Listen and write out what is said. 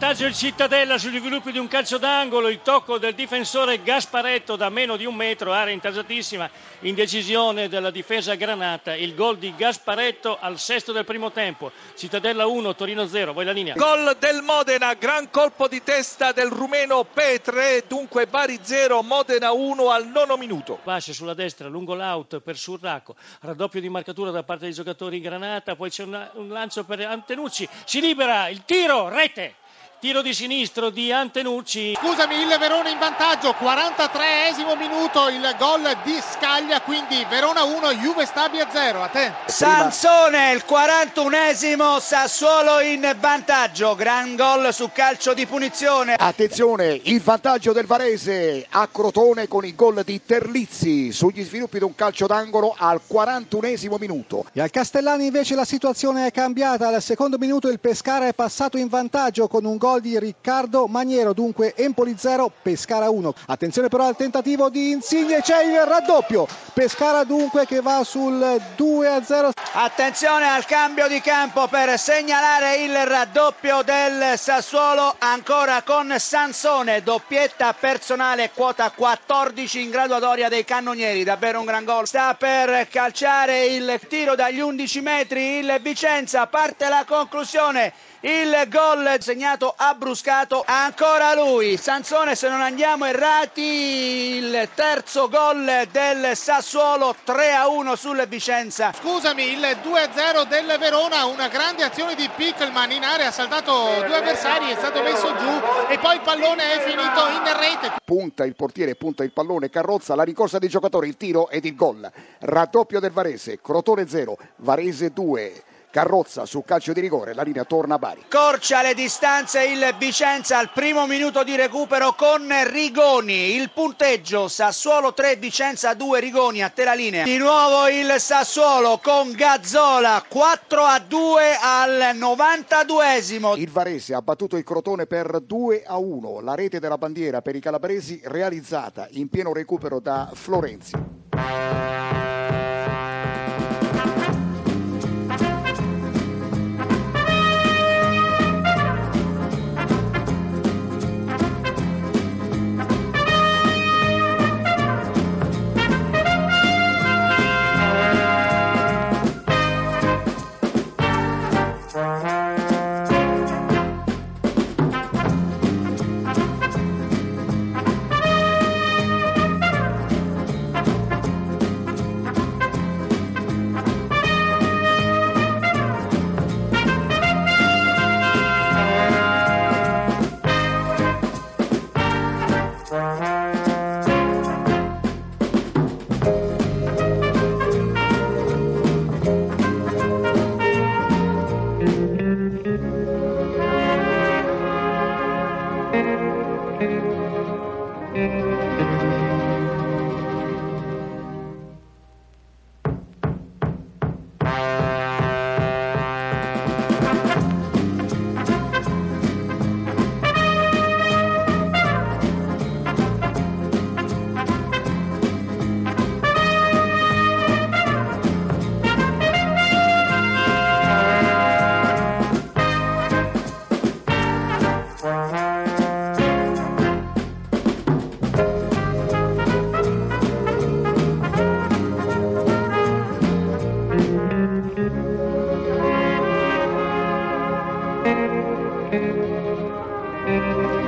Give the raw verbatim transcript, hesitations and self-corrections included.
vantaggio il Cittadella sugli sviluppi di un calcio d'angolo, il tocco del difensore Gasparetto da meno di un metro, area intasatissima, indecisione della difesa granata, il gol di Gasparetto al sesto del primo tempo. Cittadella uno, Torino zero, voi la linea. Gol del Modena, gran colpo di testa del rumeno Petre, dunque Bari zero, Modena uno al nono minuto. Pasce sulla destra, lungo l'out per Surraco, raddoppio di marcatura da parte dei giocatori in granata, poi c'è una, un lancio per Antenucci, si libera, il tiro, rete! Tiro di sinistro di Antenucci. Scusami, il Verona in vantaggio, quarantatreesimo minuto, il gol di Scaglia, quindi Verona uno, Juve Stabia zero. A te. Sansone, il quarantunesimo, Sassuolo in vantaggio, gran gol su calcio di punizione. Attenzione, il vantaggio del Varese a Crotone con il gol di Terlizzi sugli sviluppi di un calcio d'angolo al quarantunesimo minuto. E al Castellani invece la situazione è cambiata, al secondo minuto il Pescara è passato in vantaggio con un gol di Riccardo Maniero, dunque Empoli zero, Pescara uno. Attenzione però al tentativo di Insigne, c'è il raddoppio, Pescara dunque che va sul due a zero. Attenzione al cambio di campo per segnalare il raddoppio del Sassuolo, ancora con Sansone, doppietta personale, quota quattordici in graduatoria dei cannonieri, davvero un gran gol. Sta per calciare il tiro dagli undici metri il Vicenza, parte la conclusione. Il gol segnato a Bruscato, ancora lui, Sansone, se non andiamo errati, il terzo gol del Sassuolo, tre a uno sul Vicenza. Scusami, il due a zero del Verona, una grande azione di Pickelman in area, ha saltato due avversari, è stato messo giù e poi il pallone è finito in rete. Punta il portiere, punta il pallone, Carrozza, la rincorsa dei giocatori, il tiro ed il gol. Raddoppio del Varese, Crotone zero, Varese due. Carrozza su calcio di rigore, la linea torna a Bari. Corcia le distanze il Vicenza al primo minuto di recupero con Rigoni. Il punteggio Sassuolo tre, Vicenza due, Rigoni, a te la linea. Di nuovo il Sassuolo con Gazzola, quattro a due al novantaduesimo. Il Varese ha battuto il Crotone per due a uno. La rete della bandiera per i calabresi realizzata in pieno recupero da Florenzi. Thank you.